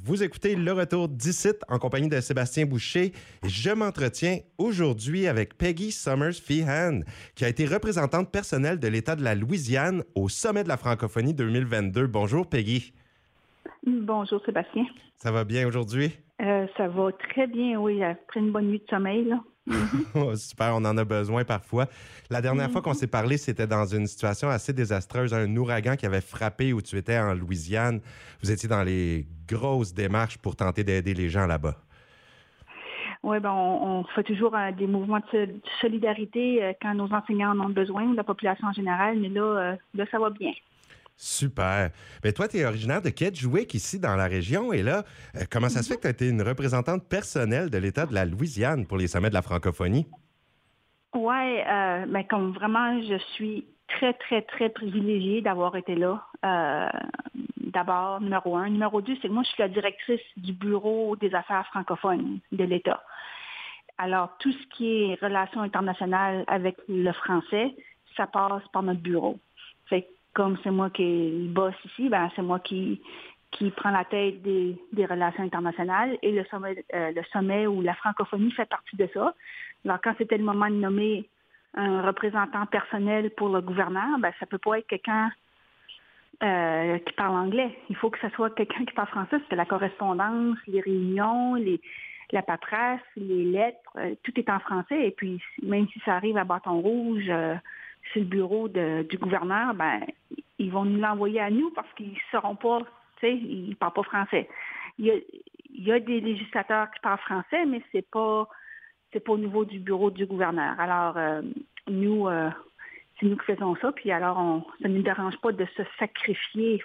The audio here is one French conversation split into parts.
Vous écoutez Le Retour d'ici en compagnie de Sébastien Boucher. Je m'entretiens aujourd'hui avec Peggy Summers-Feehan, qui a été représentante personnelle de l'État de la Louisiane au Sommet de la francophonie 2022. Bonjour Peggy. Bonjour Sébastien. Ça va bien aujourd'hui? Ça va très bien, oui, après une bonne nuit de sommeil, là. Oh, super, on en a besoin parfois. La dernière fois qu'on s'est parlé, c'était dans une situation assez désastreuse, un ouragan qui avait frappé où tu étais en Louisiane. Vous étiez dans les grosses démarches pour tenter d'aider les gens là-bas. Oui, ben on fait toujours des mouvements de solidarité quand nos enseignants en ont besoin, ou la population en général, mais là, ça va bien. Super. Mais toi, tu es originaire de Kedgewick, ici, dans la région. Et là, comment ça se fait que tu as été une représentante personnelle de l'État de la Louisiane pour les sommets de la francophonie? Oui, ben comme vraiment, je suis très, très, très privilégiée d'avoir été là. D'abord, numéro 1. Numéro 2, c'est que moi, je suis la directrice du Bureau des affaires francophones de l'État. Alors, tout ce qui est relations internationales avec le français, ça passe par notre bureau. Fait que, comme c'est moi qui est le boss ici, ben c'est moi qui prend la tête des relations internationales et le sommet où la francophonie fait partie de ça. Alors, quand c'était le moment de nommer un représentant personnel pour le gouverneur, ben ça peut pas être quelqu'un qui parle anglais. Il faut que ce soit quelqu'un qui parle français, parce que la correspondance, les réunions, la paperasse, les lettres, tout est en français. Et puis, même si ça arrive à bâton rouge sur le bureau du gouverneur, ben ils vont nous l'envoyer à nous parce qu'ils ne sauront pas, tu sais, ils ne parlent pas français. Il y a des législateurs qui parlent français, mais c'est pas au niveau du bureau du gouverneur. Alors, nous, c'est nous qui faisons ça, puis alors ça ne nous dérange pas de se sacrifier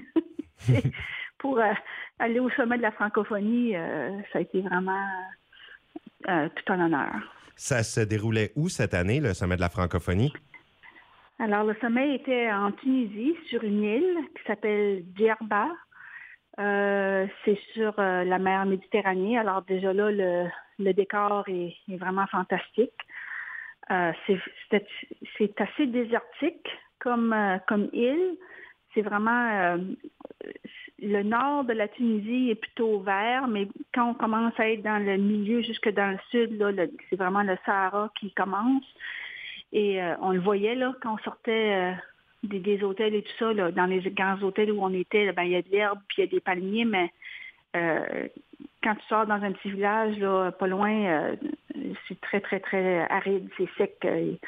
pour aller au sommet de la francophonie. Ça a été vraiment tout un honneur. Ça se déroulait où cette année, le sommet de la francophonie? Alors, le sommet était en Tunisie, sur une île qui s'appelle Djerba. C'est sur la mer Méditerranée. Alors déjà là, le décor est vraiment fantastique. C'est assez désertique comme île. C'est vraiment le nord de la Tunisie est plutôt vert, mais quand on commence à être dans le milieu jusque dans le sud, là, c'est vraiment le Sahara qui commence. Et on le voyait là quand on sortait des hôtels et tout ça, là, dans les grands hôtels où on était, là, ben, il y a de l'herbe puis il y a des palmiers, mais quand tu sors dans un petit village, là, pas loin, c'est très, très, très aride, c'est sec.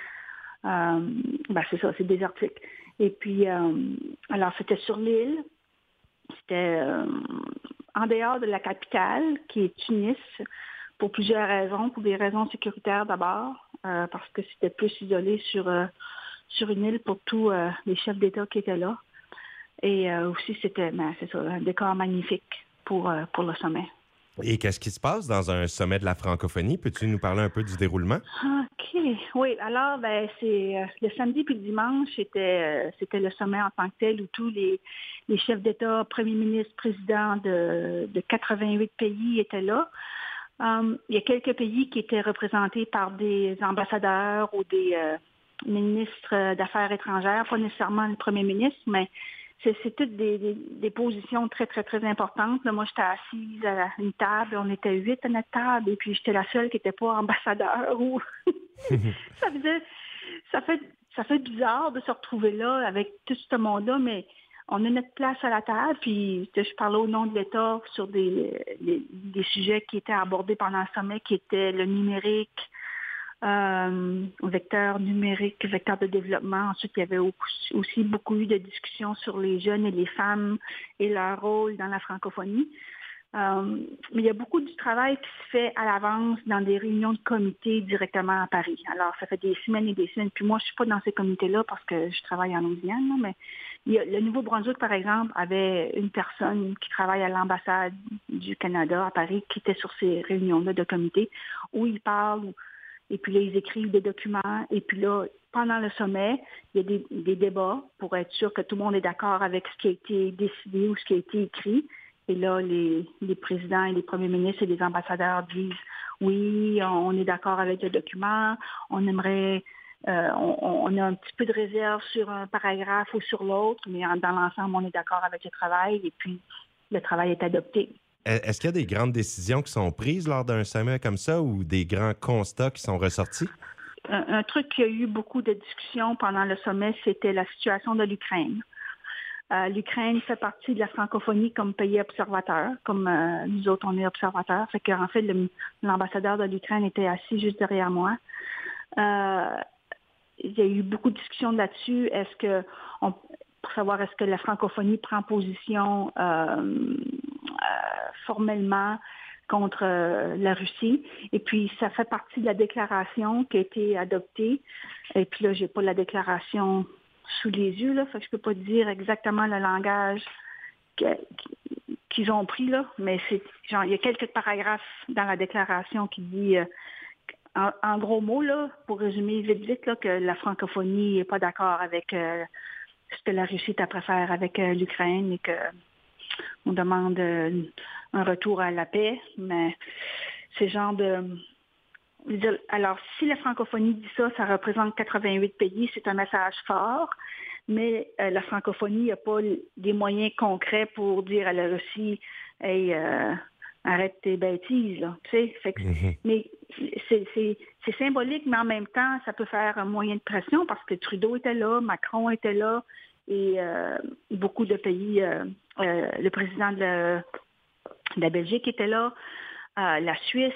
Ben, c'est ça, c'est désertique. Et puis, alors, c'était sur l'île. C'était en dehors de la capitale, qui est Tunis, pour plusieurs raisons. Pour des raisons sécuritaires d'abord, parce que c'était plus isolé sur une île pour tous les chefs d'État qui étaient là. Et aussi, c'était, c'est ça, un décor magnifique pour le sommet. Et qu'est-ce qui se passe dans un sommet de la francophonie? Peux-tu nous parler un peu du déroulement? OK. Oui, alors, c'est le samedi puis le dimanche, c'était le sommet en tant que tel où tous les chefs d'État, premiers ministres, présidents de 88 pays étaient là. Il y a quelques pays qui étaient représentés par des ambassadeurs ou des ministres d'Affaires étrangères, pas nécessairement le premier ministre, mais c'est toutes des positions très, très, très importantes. Là, moi, j'étais assise à une table, on était 8 à notre table, et puis j'étais la seule qui n'était pas ambassadeur. Ou ça fait bizarre de se retrouver là avec tout ce monde-là, mais on a notre place à la table, puis je parlais au nom de l'État sur des sujets qui étaient abordés pendant le sommet, qui étaient le numérique, vecteur numérique, vecteur de développement. Ensuite, il y avait aussi beaucoup eu de discussions sur les jeunes et les femmes et leur rôle dans la francophonie. Mais il y a beaucoup du travail qui se fait à l'avance dans des réunions de comité directement à Paris. Alors, ça fait des semaines et des semaines. Puis moi, je suis pas dans ces comités-là parce que je travaille en Louisiane, là, mais le Nouveau-Brunswick, par exemple, avait une personne qui travaille à l'ambassade du Canada à Paris qui était sur ces réunions-là de comité où ils parlent. Et puis là, ils écrivent des documents. Et puis là, pendant le sommet, il y a des débats pour être sûr que tout le monde est d'accord avec ce qui a été décidé ou ce qui a été écrit. Et là, les présidents et les premiers ministres et les ambassadeurs disent oui, on est d'accord avec le document, on aimerait, on a un petit peu de réserve sur un paragraphe ou sur l'autre, mais dans l'ensemble, on est d'accord avec le travail et puis le travail est adopté. Est-ce qu'il y a des grandes décisions qui sont prises lors d'un sommet comme ça ou des grands constats qui sont ressortis? Un truc qui a eu beaucoup de discussions pendant le sommet, c'était la situation de l'Ukraine. L'Ukraine fait partie de la francophonie comme pays observateur, comme nous autres, on est observateurs. Fait qu'en fait, l'ambassadeur de l'Ukraine était assis juste derrière moi. Il y a eu beaucoup de discussions là-dessus. Pour savoir est-ce que la francophonie prend position formellement contre la Russie. Et puis, ça fait partie de la déclaration qui a été adoptée. Et puis là, j'ai pas la déclaration sous les yeux, là, fait que je peux pas dire exactement le langage qu'ils ont pris, là, mais il y a quelques paragraphes dans la déclaration qui dit, en gros mots, là, pour résumer vite, là, que la francophonie n'est pas d'accord avec ce que la Russie est à faire avec l'Ukraine et qu'on demande un retour à la paix, mais c'est genre de... Alors, si la francophonie dit ça, ça représente 88 pays, c'est un message fort, mais la francophonie n'a pas des moyens concrets pour dire à la Russie « Hey, arrête tes bêtises », là, tu sais. Mais c'est symbolique, mais en même temps, ça peut faire un moyen de pression parce que Trudeau était là, Macron était là, et beaucoup de pays, le président de la Belgique était là, la Suisse...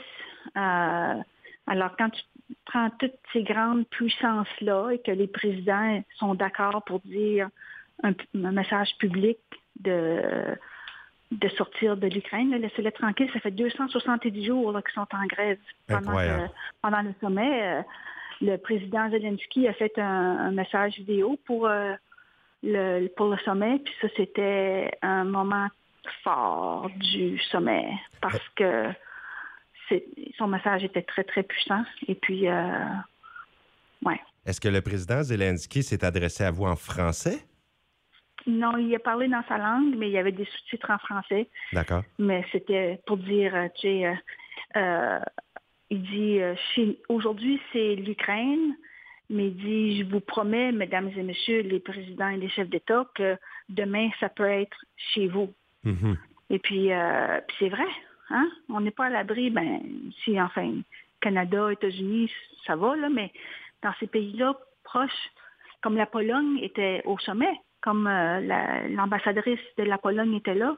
Alors, quand tu prends toutes ces grandes puissances-là et que les présidents sont d'accord pour dire un message public de sortir de l'Ukraine, laissez-les tranquilles, ça fait 270 jours qu'ils sont en grève pendant le sommet. Le président Zelensky a fait un message vidéo pour le sommet, puis ça, c'était un moment fort du sommet parce que son message était très, très puissant. Et puis, ouais. Est-ce que le président Zelensky s'est adressé à vous en français? Non, il a parlé dans sa langue, mais il y avait des sous-titres en français. D'accord. Mais c'était pour dire, tu sais, il dit, aujourd'hui, c'est l'Ukraine, mais il dit, je vous promets, mesdames et messieurs, les présidents et les chefs d'État, que demain, ça peut être chez vous. Mm-hmm. Et puis c'est vrai. Hein? On n'est pas à l'abri, si, enfin, Canada, États-Unis, ça va, là, mais dans ces pays-là, proches, comme la Pologne était au sommet, comme l'ambassadrice de la Pologne était là,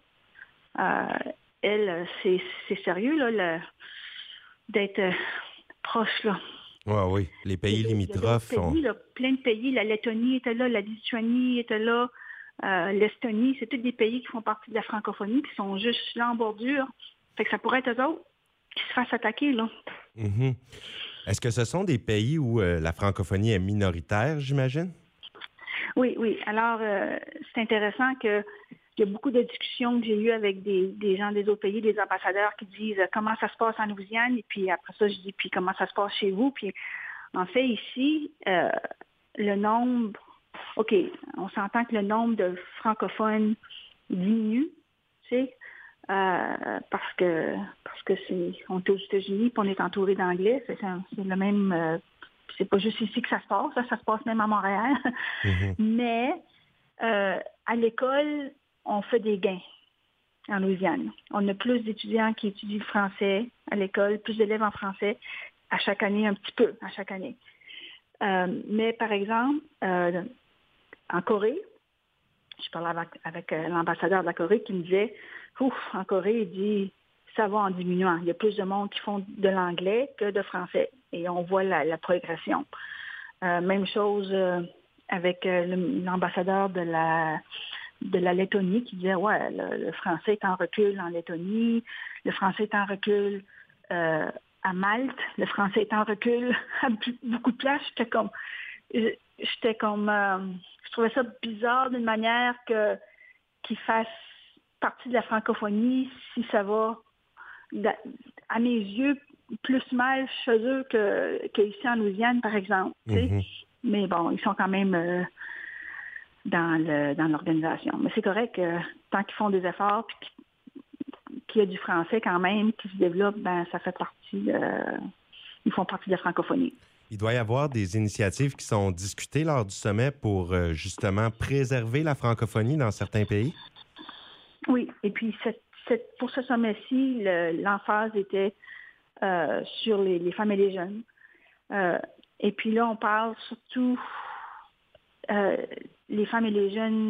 elle, c'est sérieux, là, d'être proche, là. Oui, les pays limitrophes. Plein de pays, la Lettonie était là, la Lituanie était là, l'Estonie, c'est tous des pays qui font partie de la francophonie, qui sont juste là en bordure. Fait que ça pourrait être eux autres qui se fassent attaquer, là. Mm-hmm. Est-ce que ce sont des pays où la francophonie est minoritaire, j'imagine? Oui. Alors, c'est intéressant qu'il y a beaucoup de discussions que j'ai eues avec des gens des autres pays, des ambassadeurs qui disent comment ça se passe en Louisiane, et puis après ça, je dis, puis comment ça se passe chez vous. Puis, en fait, ici, le nombre... OK, on s'entend que le nombre de francophones diminue, tu sais, parce que on est aux États-Unis puis on est entouré d'anglais, c'est le même, c'est pas juste ici que ça se passe, ça se passe même à Montréal. Mm-hmm. Mais à l'école, on fait des gains en Louisiane. On a plus d'étudiants qui étudient le français à l'école, plus d'élèves en français à chaque année, un petit peu à chaque année. Mais par exemple, en Corée, je parlais avec l'ambassadeur de la Corée qui me disait, en Corée, il dit, ça va en diminuant. Il y a plus de monde qui font de l'anglais que de français. Et on voit la progression. Même chose avec l'ambassadeur de la Lettonie qui disait, ouais, le français est en recul en Lettonie, le français est en recul à Malte, le français est en recul à beaucoup de places. Je trouvais ça bizarre d'une manière qu'ils fassent partie de la francophonie si ça va, à mes yeux, plus mal chez eux qu'ici en Louisiane, par exemple. Mm-hmm. Mais bon, ils sont quand même dans l'organisation. Mais c'est correct que tant qu'ils font des efforts puis qu'il y a du français quand même qui se développe, ça fait partie ils font partie de la francophonie. Il doit y avoir des initiatives qui sont discutées lors du sommet pour justement préserver la francophonie dans certains pays? Oui, et puis pour ce sommet-ci, l'emphase était sur les femmes et les jeunes. Et puis là, on parle surtout les femmes et les jeunes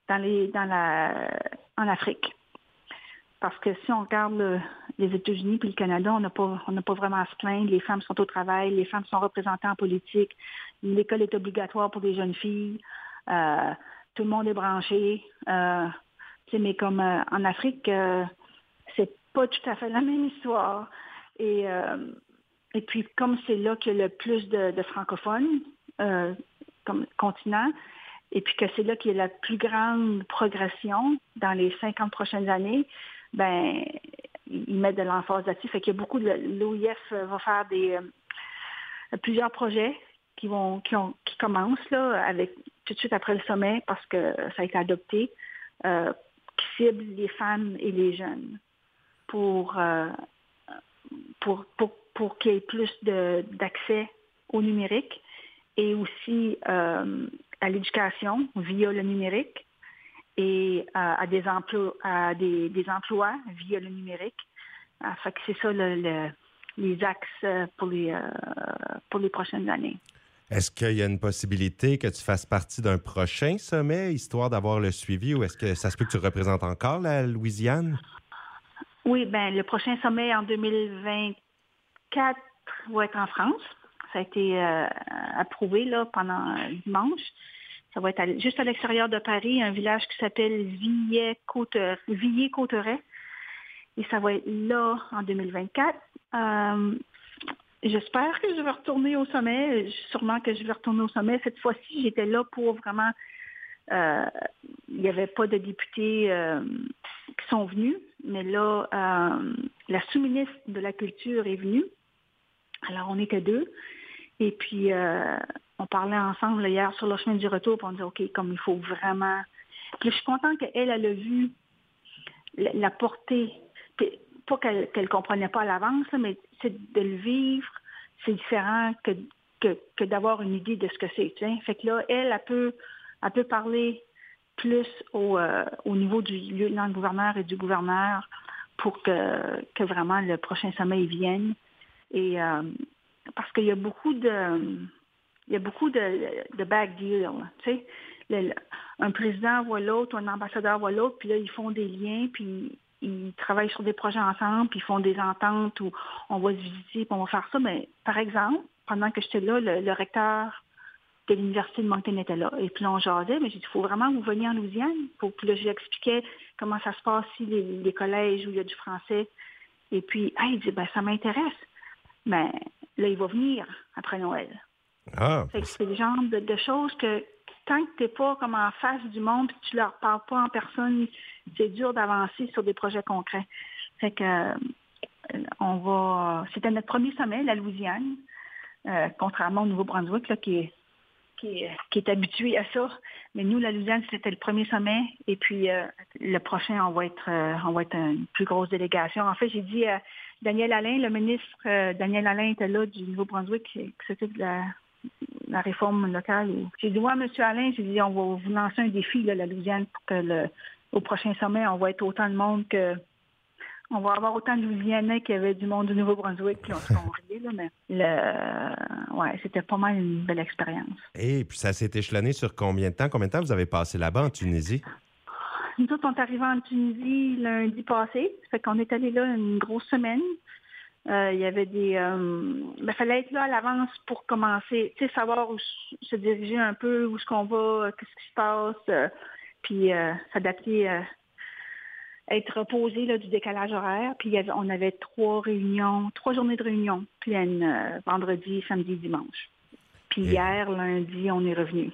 en Afrique. Parce que si on regarde les États-Unis puis le Canada, on n'a pas vraiment à se plaindre. Les femmes sont au travail, les femmes sont représentées en politique, l'école est obligatoire pour les jeunes filles, tout le monde est branché. Mais comme en Afrique, c'est pas tout à fait la même histoire. Et puis, comme c'est là qu'il y a le plus de francophones comme continent, et puis que c'est là qu'il y a la plus grande progression dans les 50 prochaines années, ben ils mettent de l'emphase là-dessus. Fait qu'il y a beaucoup l'OIF va faire plusieurs projets qui commencent là avec tout de suite après le sommet parce que ça a été adopté, qui ciblent les femmes et les jeunes pour qu'il y ait plus d'accès au numérique et aussi à l'éducation via le numérique et à des emplois via le numérique. Fait que c'est ça les axes pour les prochaines années. Est-ce qu'il y a une possibilité que tu fasses partie d'un prochain sommet, histoire d'avoir le suivi, ou est-ce que ça se peut que tu représentes encore la Louisiane? Oui, bien, le prochain sommet en 2024 va être en France. Ça a été approuvé là, pendant dimanche. Ça va être juste à l'extérieur de Paris, un village qui s'appelle Villers-Cotterêts. Et ça va être là en 2024. J'espère que je vais retourner au sommet. Sûrement que je vais retourner au sommet. Cette fois-ci, j'étais là pour vraiment... il n'y avait pas de députés qui sont venus. Mais là, la sous-ministre de la Culture est venue. Alors, on était deux. Et puis, on parlait ensemble là, hier sur le chemin du retour, puis on disait, OK, comme il faut vraiment... Puis, je suis contente qu'elle a vu la portée. Puis, pas qu'elle ne comprenait pas à l'avance, là, mais c'est de le vivre, c'est différent que d'avoir une idée de ce que c'est. Tu sais? Fait que là, elle peut parler plus au niveau du lieutenant-gouverneur et du gouverneur pour que vraiment le prochain sommet y vienne. Et parce qu'il y a beaucoup de back deals, tu sais. Un président voit l'autre, un ambassadeur voit l'autre, puis là, ils font des liens, puis ils travaillent sur des projets ensemble, puis ils font des ententes où on va se visiter, puis on va faire ça. Mais par exemple, pendant que j'étais là, le recteur de l'Université de Moncton était là. Et puis là, on jasait, mais j'ai dit, il faut vraiment que vous veniez en Louisiane. Puis là, j'expliquais comment ça se passe ici, les collèges où il y a du français. Et puis, il dit, ça m'intéresse. Mais là, il va venir après Noël. Fait que c'est le genre de choses que tant que tu n'es pas comme en face du monde et que tu leur parles pas en personne, c'est dur d'avancer sur des projets concrets. Fait que c'était notre premier sommet, la Louisiane, contrairement au Nouveau-Brunswick, là, qui est habitué à ça. Mais nous, la Louisiane, c'était le premier sommet. Et puis, le prochain, on va être une plus grosse délégation. En fait, j'ai dit à Daniel Alain, le ministre Daniel Alain était là du Nouveau-Brunswick, qui s'occupe de la réforme locale. J'ai dit, M. Alain, j'ai dit, on va vous lancer un défi, là, la Louisiane, pour que au prochain sommet, on va être autant de monde on va avoir autant de Louisianais qu'il y avait du monde du Nouveau-Brunswick, puis on se riait, là, mais c'était pas mal une belle expérience. Et puis ça s'est échelonné sur combien de temps? Combien de temps vous avez passé là-bas en Tunisie? Nous autres, on est arrivés en Tunisie lundi passé. Ça fait qu'on est allé là une grosse semaine. Il y avait fallait être là à l'avance pour commencer, tu sais, savoir où se diriger un peu, où est-ce qu'on va, qu'est-ce qui se passe, puis s'adapter, être reposé là, du décalage horaire. Puis on avait 3 journées de réunion pleines, vendredi, samedi, dimanche. Puis hier, lundi, on est revenu.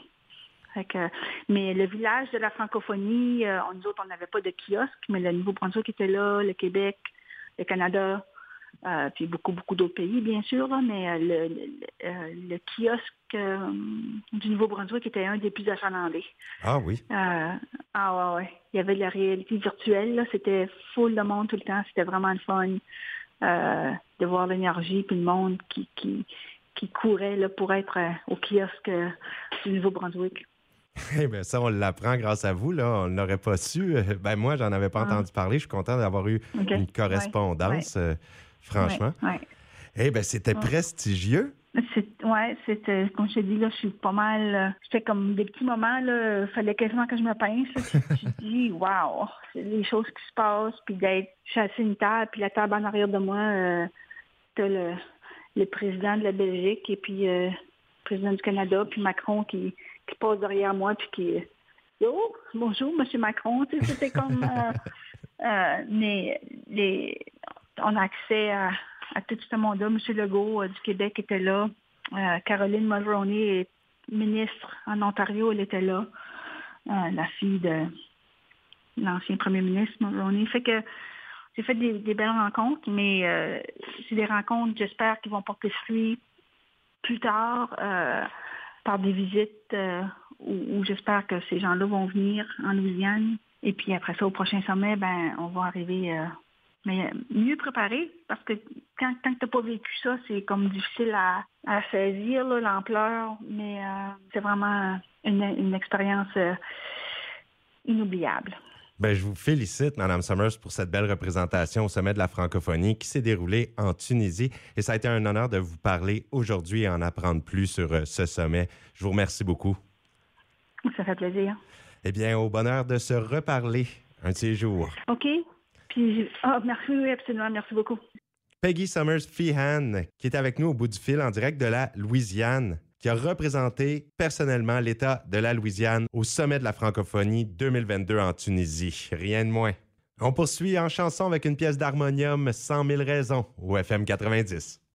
Mais le village de la francophonie, nous autres, on n'avait pas de kiosque, mais le Nouveau-Brunswick était là, le Québec, le Canada, puis beaucoup d'autres pays, bien sûr, là, mais le kiosque du Nouveau-Brunswick était un des plus achalandés. Ah oui? Ouais. Il y avait de la réalité virtuelle, là, c'était full de monde tout le temps, c'était vraiment le fun de voir l'énergie puis le monde qui courait là, pour être au kiosque du Nouveau-Brunswick. Eh bien, ça, on l'apprend grâce à vous. Là. On ne l'aurait pas su. Ben, moi, j'en avais pas entendu parler. Je suis content d'avoir eu une correspondance, franchement. Eh bien, c'était prestigieux. C'était, comme je t'ai dit, là, je suis pas mal. C'était comme des petits moments, là. Fallait quasiment que je me pince. Là. Tu te dis, waouh, c'est les choses qui se passent, puis d'être. Je suis assis à une table, puis la table en arrière de moi, t'as le président de la Belgique, et puis le président du Canada, puis Macron qui passe derrière moi, puis qui. Oh, bonjour, monsieur Macron. Tu sais, c'était comme. On a accès à tout ce monde-là. M. Legault du Québec était là. Caroline Mulroney, ministre en Ontario, elle était là. La fille de l'ancien premier ministre Mulroney. Fait que j'ai fait des belles rencontres, mais c'est des rencontres, j'espère, qui vont porter fruit plus tard par des visites où j'espère que ces gens-là vont venir en Louisiane. Et puis après ça, au prochain sommet, on va arriver... mais mieux préparé, parce que quand tu n'as pas vécu ça, c'est comme difficile à saisir, là, l'ampleur, mais c'est vraiment une expérience inoubliable. Ben, je vous félicite, Mme Summers, pour cette belle représentation au Sommet de la francophonie qui s'est déroulée en Tunisie. Et ça a été un honneur de vous parler aujourd'hui et en apprendre plus sur ce sommet. Je vous remercie beaucoup. Ça fait plaisir. Eh bien, au bonheur de se reparler un de ces jours. OK. Merci, oui, absolument. Merci beaucoup. Peggy Summers Feehan, qui est avec nous au bout du fil en direct de la Louisiane, qui a représenté personnellement l'État de la Louisiane au Sommet de la francophonie 2022 en Tunisie. Rien de moins. On poursuit en chanson avec une pièce d'harmonium 100 000 raisons au FM 90.